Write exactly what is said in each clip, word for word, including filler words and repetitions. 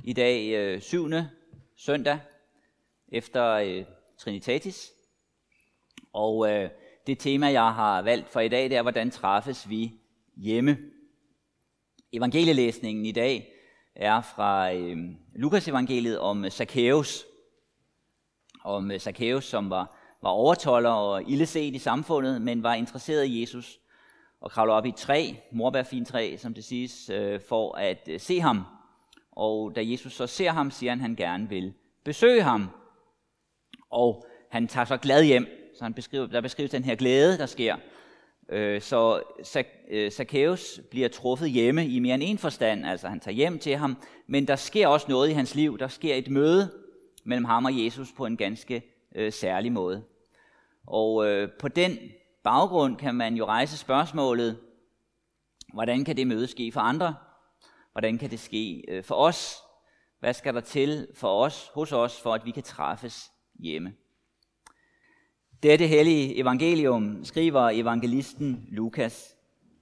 I dag øh, syvende søndag efter øh, Trinitatis. Og øh, det tema, jeg har valgt for i dag, det er, hvordan træffes vi hjemme. Evangelielæsningen i dag er fra øh, Lukas evangeliet om Zakæus. Om Zakæus, som var, var overtolder og illeset i samfundet, men var interesseret i Jesus og kravler op i et træ, morbærfintræ, som det siges, øh, for at øh, se ham. Og da Jesus så ser ham, siger han, at han gerne vil besøge ham. Og han tager så glad hjem. Så han beskriver, der beskrives den her glæde, der sker. Øh, så Zakæus bliver truffet hjemme i mere end en forstand. Altså han tager hjem til ham. Men der sker også noget i hans liv. Der sker et møde mellem ham og Jesus på en ganske øh, særlig måde. Og øh, på den baggrund kan man jo rejse spørgsmålet, hvordan kan det møde ske for andre? Hvordan kan det ske øh, for os? Hvad skal der til for os, hos os, for at vi kan træffes hjemme? Dette hellige evangelium skriver evangelisten Lukas.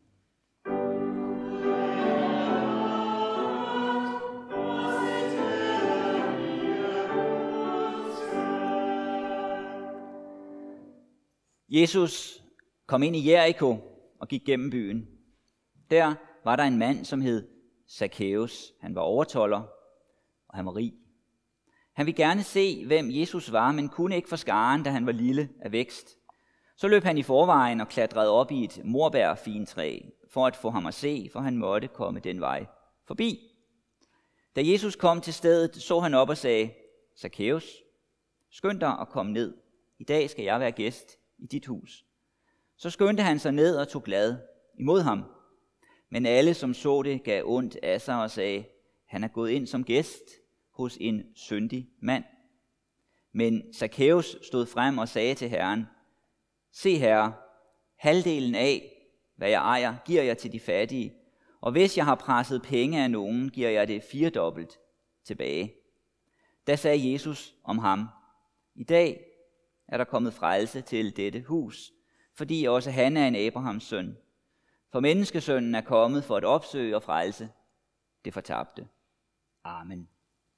Jesus kom ind i Jericho og gik gennem byen. Der var der en mand, som hed Zakæus. Han var overtolder, og han var rig. Han ville gerne se, hvem Jesus var, men kunne ikke for skaren, da han var lille af vækst. Så løb han i forvejen og klatrede op i et morbærfintræ, for at få ham at se, for han måtte komme den vej forbi. Da Jesus kom til stedet, så han op og sagde, Zakæus, skynd dig og kom ned. I dag skal jeg være gæst i dit hus. Så skyndte han sig ned og tog glad imod ham. Men alle, som så det, gav ondt af sig og sagde, han er gået ind som gæst hos en syndig mand. Men Zakæus stod frem og sagde til Herren, se herre, halvdelen af, hvad jeg ejer, giver jeg til de fattige, og hvis jeg har presset penge af nogen, giver jeg det firedobbelt tilbage. Da sagde Jesus om ham, i dag er der kommet frelse til dette hus, fordi også han er en Abrahams søn. For menneskesønnen er kommet for at opsøge og frelse det fortabte. Amen.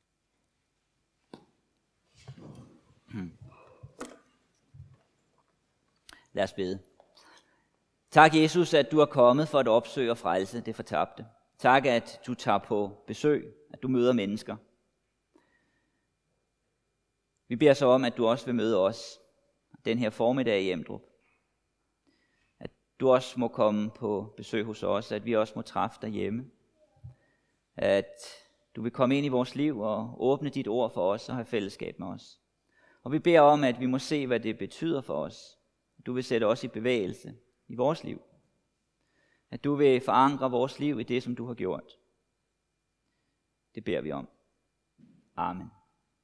Hmm. Lad os bede. Tak, Jesus, at du er kommet for at opsøge og frelse det fortabte. Tak, at du tager på besøg, at du møder mennesker. Vi beder så om, at du også vil møde os den her formiddag i Emdrup. At du også må komme på besøg hos os, at vi også må træffe dig hjemme. At du vil komme ind i vores liv og åbne dit ord for os og have fællesskab med os. Og vi beder om, at vi må se, hvad det betyder for os. At du vil sætte os i bevægelse i vores liv. At du vil forankre vores liv i det, som du har gjort. Det beder vi om. Amen.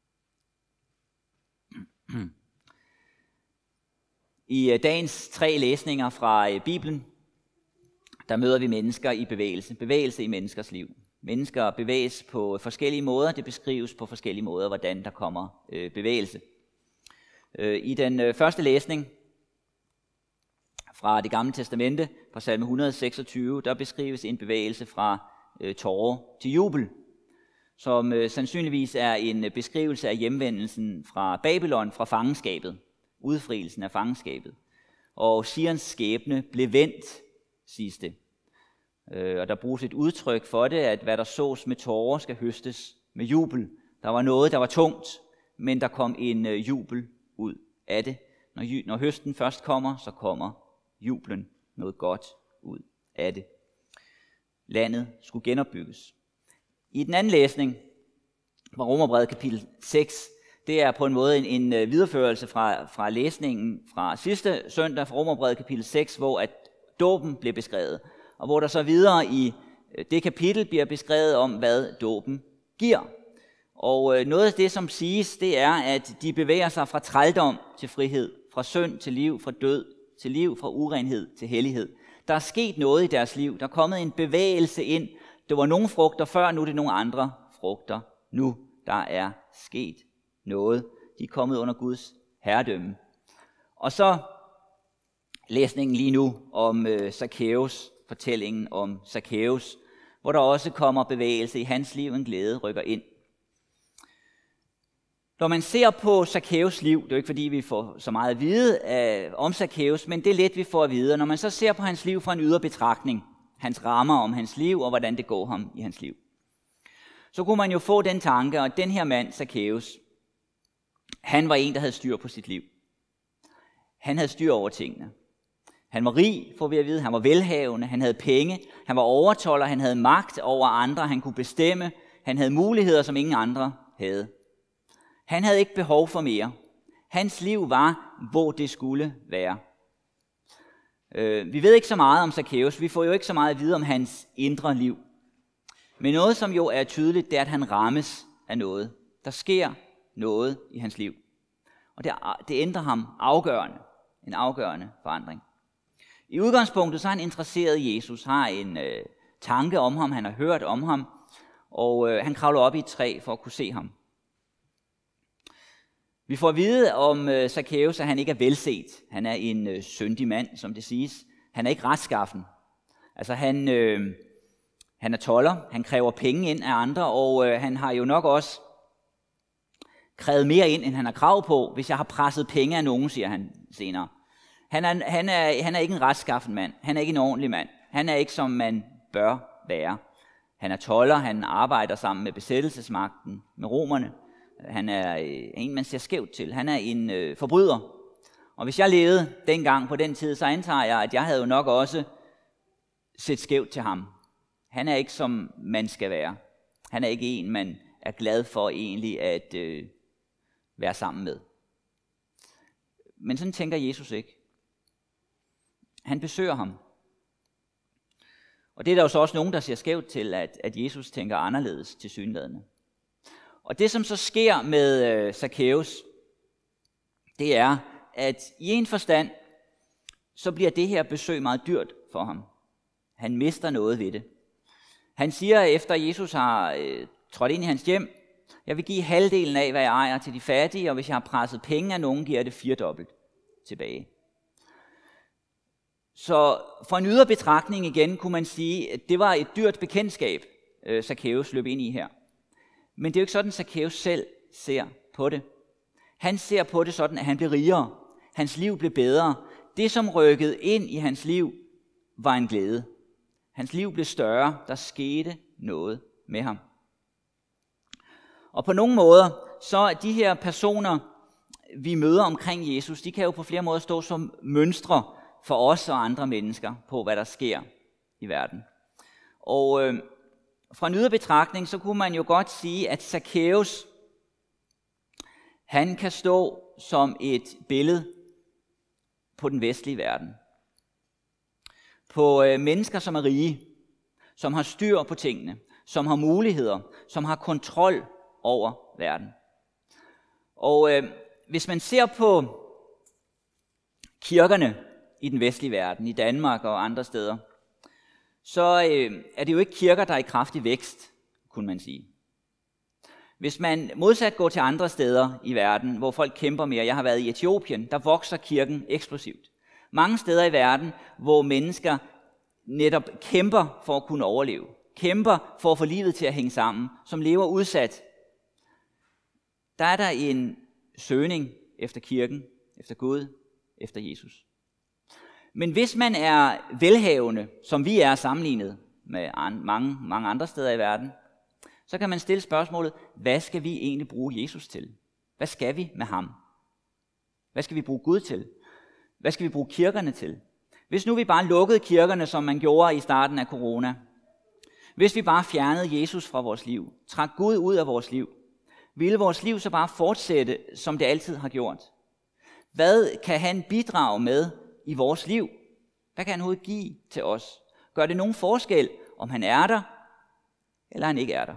I dagens tre læsninger fra Bibelen, der møder vi mennesker i bevægelse. Bevægelse i menneskers liv. Mennesker bevæges på forskellige måder. Det beskrives på forskellige måder, hvordan der kommer øh, bevægelse. Øh, I den øh, første læsning fra Det Gamle Testamente, fra salme et hundrede og seksogtyve, der beskrives en bevægelse fra øh, tårer til jubel, som øh, sandsynligvis er en beskrivelse af hjemvendelsen fra Babylon, fra fangenskabet, udfrielsen af fangenskabet. Og Sions skæbne blev vendt, siges det. Øh, og der bruges et udtryk for det, at hvad der sås med tårer, skal høstes med jubel. Der var noget, der var tungt, men der kom en øh, jubel ud af det. Når, når høsten først kommer, så kommer jublen, noget godt ud af det. Landet skulle genopbygges. I den anden læsning fra Romerbrevet kapitel seks, det er på en måde en, en videreførelse fra, fra læsningen fra sidste søndag fra Romerbrevet kapitel seks, hvor at dåben blev beskrevet, og hvor der så videre i det kapitel bliver beskrevet om, hvad dåben giver. Og noget af det, som siges, det er, at de bevæger sig fra trældom til frihed, fra synd til liv, fra død til liv, fra urenhed til hellighed. Der er sket noget i deres liv. Der er kommet en bevægelse ind. Det var nogle frugter før, nu er det nogle andre frugter nu. Der er sket noget. De er kommet under Guds herredømme. Og så læsningen lige nu om øh, Zakæus, fortællingen om Zakæus, hvor der også kommer bevægelse i hans liv, en glæde rykker ind Når man ser på Zakæus liv, det er jo ikke fordi, vi får så meget at vide af, om Zakæus, men det er lidt, vi får at vide. Og når man så ser på hans liv fra en ydre betragtning, hans rammer om hans liv, og hvordan det går ham i hans liv, så kunne man jo få den tanke, at den her mand, Zakæus, han var en, der havde styr på sit liv. Han havde styr over tingene. Han var rig, får vi at vide. Han var velhavende. Han havde penge. Han var overtolder. Han havde magt over andre. Han kunne bestemme. Han havde muligheder, som ingen andre havde. Han havde ikke behov for mere. Hans liv var, hvor det skulle være. Øh, vi ved ikke så meget om Zakæus. Vi får jo ikke så meget at vide om hans indre liv. Men noget, som jo er tydeligt, det er, at han rammes af noget. Der sker noget i hans liv. Og det, det ændrer ham afgørende. En afgørende forandring. I udgangspunktet så er han interesseret i Jesus, har en øh, tanke om ham, han har hørt om ham, og øh, han kravler op i et træ for at kunne se ham. Vi får at vide om øh, Zakæus, at han ikke er velset. Han er en øh, syndig mand, som det siges. Han er ikke retskaffen. Altså han, øh, han er tolder, han kræver penge ind af andre, og øh, han har jo nok også krævet mere ind, end han har krav på, hvis jeg har presset penge af nogen, siger han senere. Han er, han, er, han er ikke en retskaffen mand. Han er ikke en ordentlig mand. Han er ikke, som man bør være. Han er tolder, han arbejder sammen med besættelsesmagten, med romerne. Han er en, man ser skævt til. Han er en øh, forbryder. Og hvis jeg levede dengang på den tid, så antager jeg, at jeg havde jo nok også set skævt til ham. Han er ikke, som man skal være. Han er ikke en, man er glad for egentlig at øh, være sammen med. Men sådan tænker Jesus ikke. Han besøger ham. Og det er der jo så også nogen, der ser skævt til, at, at Jesus tænker anderledes tilsyneladende. Og det, som så sker med øh, Zakæus, det er, at i en forstand, så bliver det her besøg meget dyrt for ham. Han mister noget ved det. Han siger, efter Jesus har øh, trådt ind i hans hjem, jeg vil give halvdelen af, hvad jeg ejer til de fattige, og hvis jeg har presset penge af nogen, giver jeg det firedobbelt tilbage. Så for en ydre betragtning igen, kunne man sige, at det var et dyrt bekendtskab, øh, Zakæus løb ind i her. Men det er jo ikke sådan, Zakæus selv ser på det. Han ser på det sådan, at han blev rigere. Hans liv blev bedre. Det, som rykkede ind i hans liv, var en glæde. Hans liv blev større. Der skete noget med ham. Og på nogle måder, så er de her personer, vi møder omkring Jesus, de kan jo på flere måder stå som mønstre for os og andre mennesker på, hvad der sker i verden. Og øh, fra en ydre betragtning, så kunne man jo godt sige, at Zakæus, han kan stå som et billede på den vestlige verden. På øh, mennesker, som er rige, som har styr på tingene, som har muligheder, som har kontrol over verden. Og øh, hvis man ser på kirkerne i den vestlige verden, i Danmark og andre steder, så øh, er det jo ikke kirker, der er i kraftig vækst, kunne man sige. Hvis man modsat går til andre steder i verden, hvor folk kæmper mere, jeg har været i Etiopien, der vokser kirken eksplosivt. Mange steder i verden, hvor mennesker netop kæmper for at kunne overleve, kæmper for at få livet til at hænge sammen, som lever udsat, der er der en søgning efter kirken, efter Gud, efter Jesus. Men hvis man er velhavende, som vi er sammenlignet med mange, mange andre steder i verden, så kan man stille spørgsmålet, hvad skal vi egentlig bruge Jesus til? Hvad skal vi med ham? Hvad skal vi bruge Gud til? Hvad skal vi bruge kirkerne til? Hvis nu vi bare lukkede kirkerne, som man gjorde i starten af corona, hvis vi bare fjernede Jesus fra vores liv, trak Gud ud af vores liv, ville vores liv så bare fortsætte, som det altid har gjort? Hvad kan han bidrage med i vores liv? Hvad kan han overhovedet give til os? Gør det nogen forskel, om han er der, eller han ikke er der?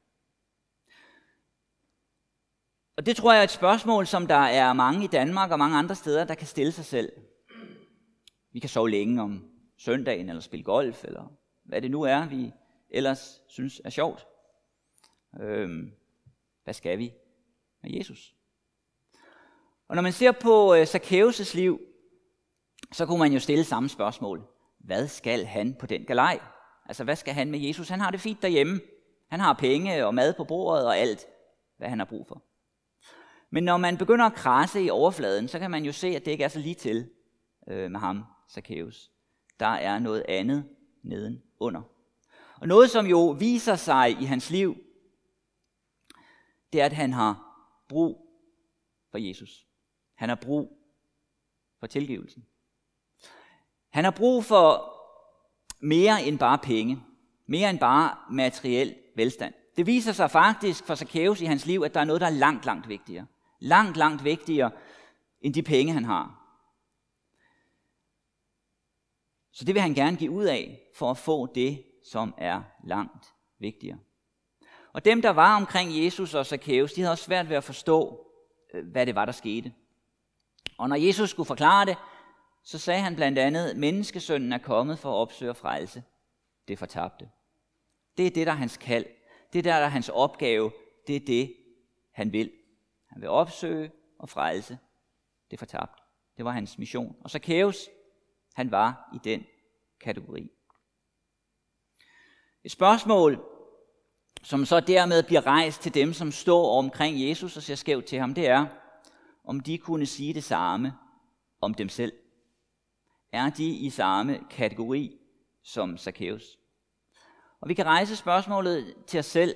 Og det tror jeg er et spørgsmål, som der er mange i Danmark og mange andre steder, der kan stille sig selv. Vi kan sove længe om søndagen, eller spille golf, eller hvad det nu er, vi ellers synes er sjovt. Øhm, hvad skal vi med Jesus? Og når man ser på øh, Zakæus' liv, så kunne man jo stille samme spørgsmål. Hvad skal han på den galej? Altså, hvad skal han med Jesus? Han har det fint derhjemme. Han har penge og mad på bordet og alt, hvad han har brug for. Men når man begynder at krasse i overfladen, så kan man jo se, at det ikke er så lige til øh, med ham, Zakæus. Der er noget andet nedenunder. Og noget, som jo viser sig i hans liv, det er, at han har brug for Jesus. Han har brug for tilgivelsen. Han har brug for mere end bare penge. Mere end bare materiel velstand. Det viser sig faktisk for Zakæus i hans liv, at der er noget, der er langt, langt vigtigere. Langt, langt vigtigere end de penge, han har. Så det vil han gerne give ud af, for at få det, som er langt vigtigere. Og dem, der var omkring Jesus og Zakæus, de havde også svært ved at forstå, hvad det var, der skete. Og når Jesus skulle forklare det, så sagde han blandt andet, menneskesønnen er kommet for at opsøge og frelse det fortabte. Det er det, der er hans kald. Det der, der er hans opgave. Det er det, han vil. Han vil opsøge og frelse det fortabte. Det var hans mission. Og Zakæus, han var i den kategori. Et spørgsmål, som så dermed bliver rejst til dem, som står omkring Jesus og ser skævt til ham, det er, om de kunne sige det samme om dem selv. Er de i samme kategori som Zakæus? Og vi kan rejse spørgsmålet til os selv.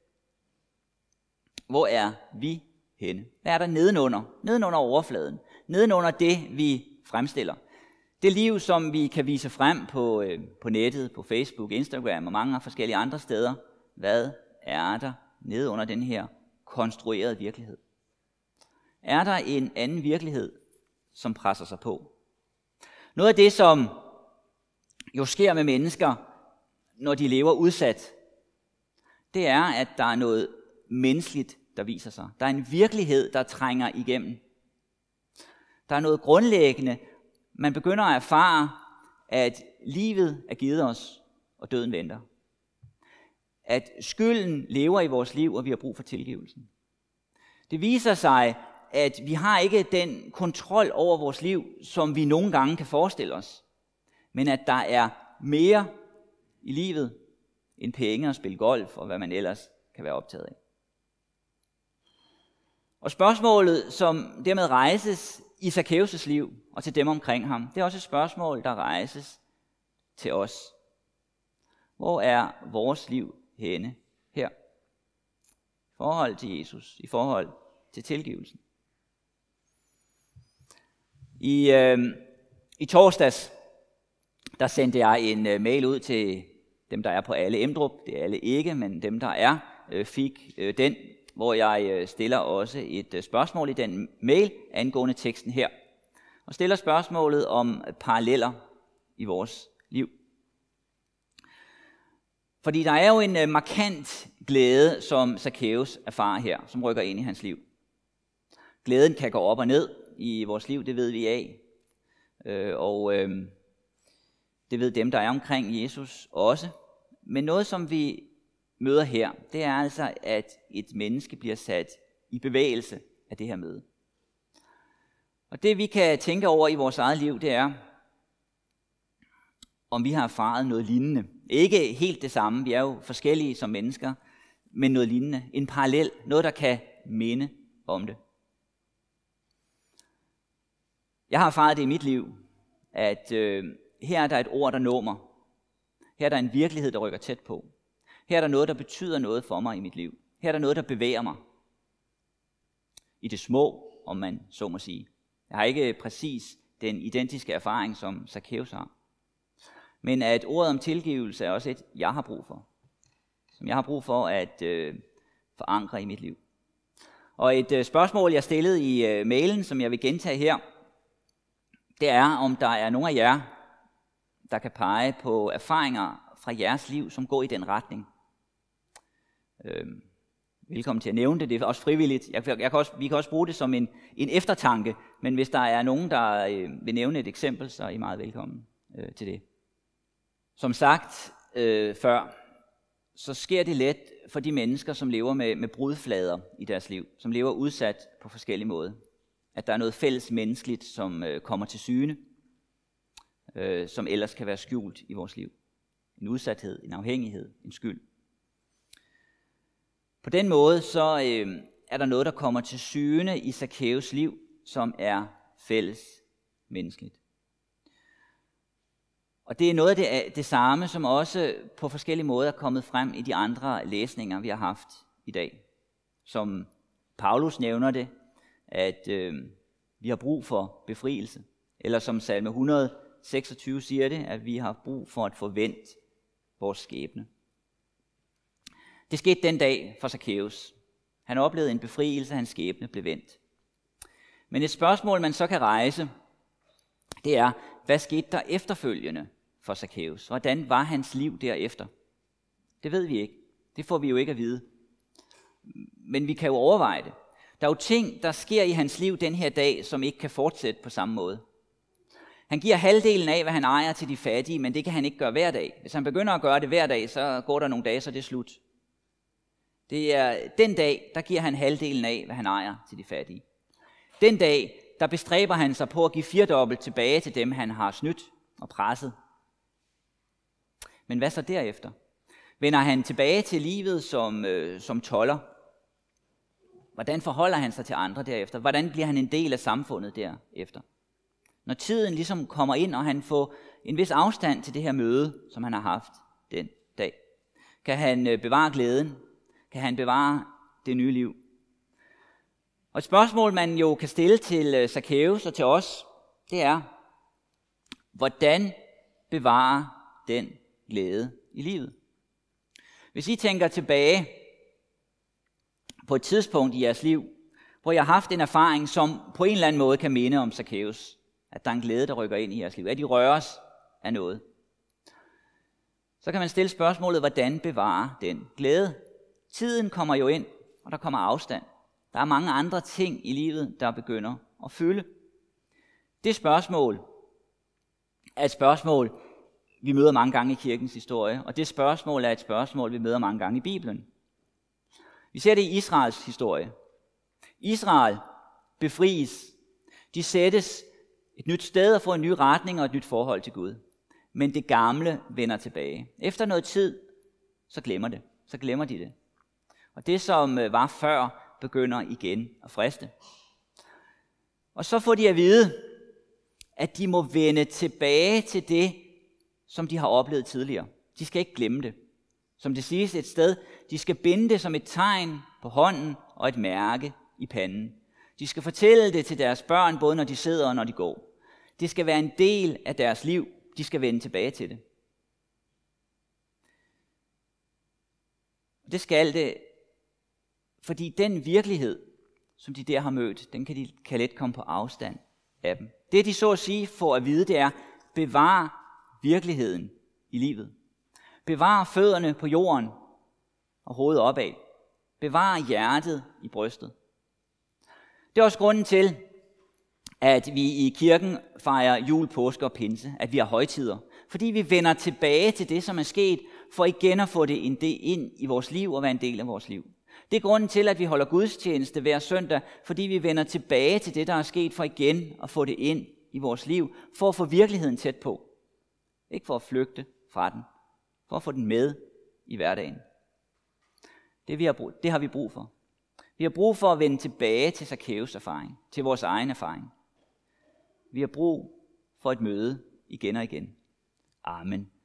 Hvor er vi henne? Hvad er der nedenunder? Nedenunder overfladen. Nedenunder det, vi fremstiller. Det liv, som vi kan vise frem på, øh, på nettet, på Facebook, Instagram og mange forskellige andre steder. Hvad er der nedenunder den her konstruerede virkelighed? Er der en anden virkelighed, som presser sig på? Noget af det, som jo sker med mennesker, når de lever udsat, det er, at der er noget menneskeligt, der viser sig. Der er en virkelighed, der trænger igennem. Der er noget grundlæggende. Man begynder at erfare, at livet er givet os, og døden venter. At skylden lever i vores liv, og vi har brug for tilgivelsen. Det viser sig, at vi har ikke den kontrol over vores liv, som vi nogle gange kan forestille os. Men at der er mere i livet end penge og spille golf og hvad man ellers kan være optaget af. Og spørgsmålet, som dermed rejses i Zakæus' liv og til dem omkring ham, det er også et spørgsmål, der rejses til os. Hvor er vores liv henne her? I forhold til Jesus, i forhold til tilgivelsen. I, øh, i torsdags, der sendte jeg en øh, mail ud til dem, der er på Alle Emdrup. Det er alle ikke, men dem, der er, øh, fik øh, den, hvor jeg øh, stiller også et øh, spørgsmål i den mail angående teksten her. Og stiller spørgsmålet om paralleller i vores liv. Fordi der er jo en øh, markant glæde, som Zakæus erfarer her, som rykker ind i hans liv. Glæden kan gå op og ned i vores liv, det ved vi af. Øh, og øh, det ved dem, der er omkring Jesus også. Men noget, som vi møder her, det er altså, at et menneske bliver sat i bevægelse af det her møde. Og det, vi kan tænke over i vores eget liv, det er, om vi har erfaret noget lignende. Ikke helt det samme, vi er jo forskellige som mennesker, men noget lignende. En parallel, noget, der kan minde om det. Jeg har erfaret det i mit liv, at øh, her er der et ord, der når mig. Her er der en virkelighed, der rykker tæt på. Her er der noget, der betyder noget for mig i mit liv. Her er der noget, der bevæger mig. I det små, om man så må sige. Jeg har ikke præcis den identiske erfaring, som Zakæus har. Men at ordet om tilgivelse er også et, jeg har brug for. Som jeg har brug for at øh, forankre i mit liv. Og et øh, spørgsmål, jeg stillede i øh, mailen, som jeg vil gentage her, det er, om der er nogen af jer, der kan pege på erfaringer fra jeres liv, som går i den retning. Øh, velkommen til at nævne det, det er også frivilligt. Jeg, jeg kan også, vi kan også bruge det som en, en eftertanke, men hvis der er nogen, der øh, vil nævne et eksempel, så er I meget velkommen øh, til det. Som sagt øh, før, så sker det let for de mennesker, som lever med, med brudflader i deres liv, som lever udsat på forskellige måder. At der er noget fælles menneskeligt, som øh, kommer til syne, øh, som ellers kan være skjult i vores liv. En udsathed, en afhængighed, en skyld. På den måde så øh, er der noget, der kommer til syne i Zakæus liv, som er fælles menneskeligt. Og det er noget af det, det samme, som også på forskellige måder er kommet frem i de andre læsninger, vi har haft i dag. Som Paulus nævner det, at øh, vi har brug for befrielse. Eller som salme et hundrede og seksogtyve siger det, at vi har brug for at få vendt vores skæbne. Det skete den dag for Zakæus. Han oplevede en befrielse, hans skæbne blev vendt. Men et spørgsmål, man så kan rejse, det er, hvad skete der efterfølgende for Zakæus? Hvordan var hans liv derefter? Det ved vi ikke. Det får vi jo ikke at vide. Men vi kan jo overveje det. Der er jo ting, der sker i hans liv den her dag, som ikke kan fortsætte på samme måde. Han giver halvdelen af, hvad han ejer til de fattige, men det kan han ikke gøre hver dag. Hvis han begynder at gøre det hver dag, så går der nogle dage, så det er slut. Det er den dag, der giver han halvdelen af, hvad han ejer til de fattige. Den dag, der bestræber han sig på at give firedobbelt tilbage til dem, han har snydt og presset. Men hvad så derefter? Vender han tilbage til livet som, øh, som tolder? Hvordan forholder han sig til andre derefter? Hvordan bliver han en del af samfundet derefter? Når tiden ligesom kommer ind, og han får en vis afstand til det her møde, som han har haft den dag, kan han øh, bevare glæden? Kan han bevare det nye liv? Og et spørgsmål, man jo kan stille til Zakæus og til os, det er, hvordan bevare den glæde i livet? Hvis I tænker tilbage på et tidspunkt i jeres liv, hvor jeg har haft en erfaring, som på en eller anden måde kan minde om Zakæus, at der er en glæde, der rykker ind i jeres liv, at I røres af noget, så kan man stille spørgsmålet, hvordan bevare den glæde? Tiden kommer jo ind, og der kommer afstand. Der er mange andre ting i livet, der begynder at fylde. Det spørgsmål er et spørgsmål, vi møder mange gange i kirkens historie, og det spørgsmål er et spørgsmål, vi møder mange gange i Bibelen. Vi ser det i Israels historie. Israel befries. De sættes et nyt sted og får en ny retning og et nyt forhold til Gud. Men det gamle vender tilbage. Efter noget tid, så glemmer det. Så glemmer de det. Og det, som var før, begynder igen at friste. Og så får de at vide, at de må vende tilbage til det, som de har oplevet tidligere. De skal ikke glemme det. Som det siges et sted, de skal binde det som et tegn på hånden og et mærke i panden. De skal fortælle det til deres børn, både når de sidder og når de går. Det skal være en del af deres liv. De skal vende tilbage til det. Det skal det, fordi den virkelighed, som de der har mødt, den kan de kan let komme på afstand af dem. Det de så at sige får at vide, det er, bevare virkeligheden i livet. Bevare fødderne på jorden og hovedet opad. Bevare hjertet i brystet. Det er også grunden til, at vi i kirken fejrer jul, påske og pinse, at vi har højtider. Fordi vi vender tilbage til det, som er sket, for igen at få det ind i vores liv og være en del af vores liv. Det er grunden til, at vi holder gudstjeneste hver søndag, fordi vi vender tilbage til det, der er sket, for igen at få det ind i vores liv, for at få virkeligheden tæt på. Ikke for at flygte fra den, for at få den med i hverdagen. Det, vi har brug, det har vi brug for. Vi har brug for at vende tilbage til Zakæus' erfaring, til vores egen erfaring. Vi har brug for et møde igen og igen. Amen.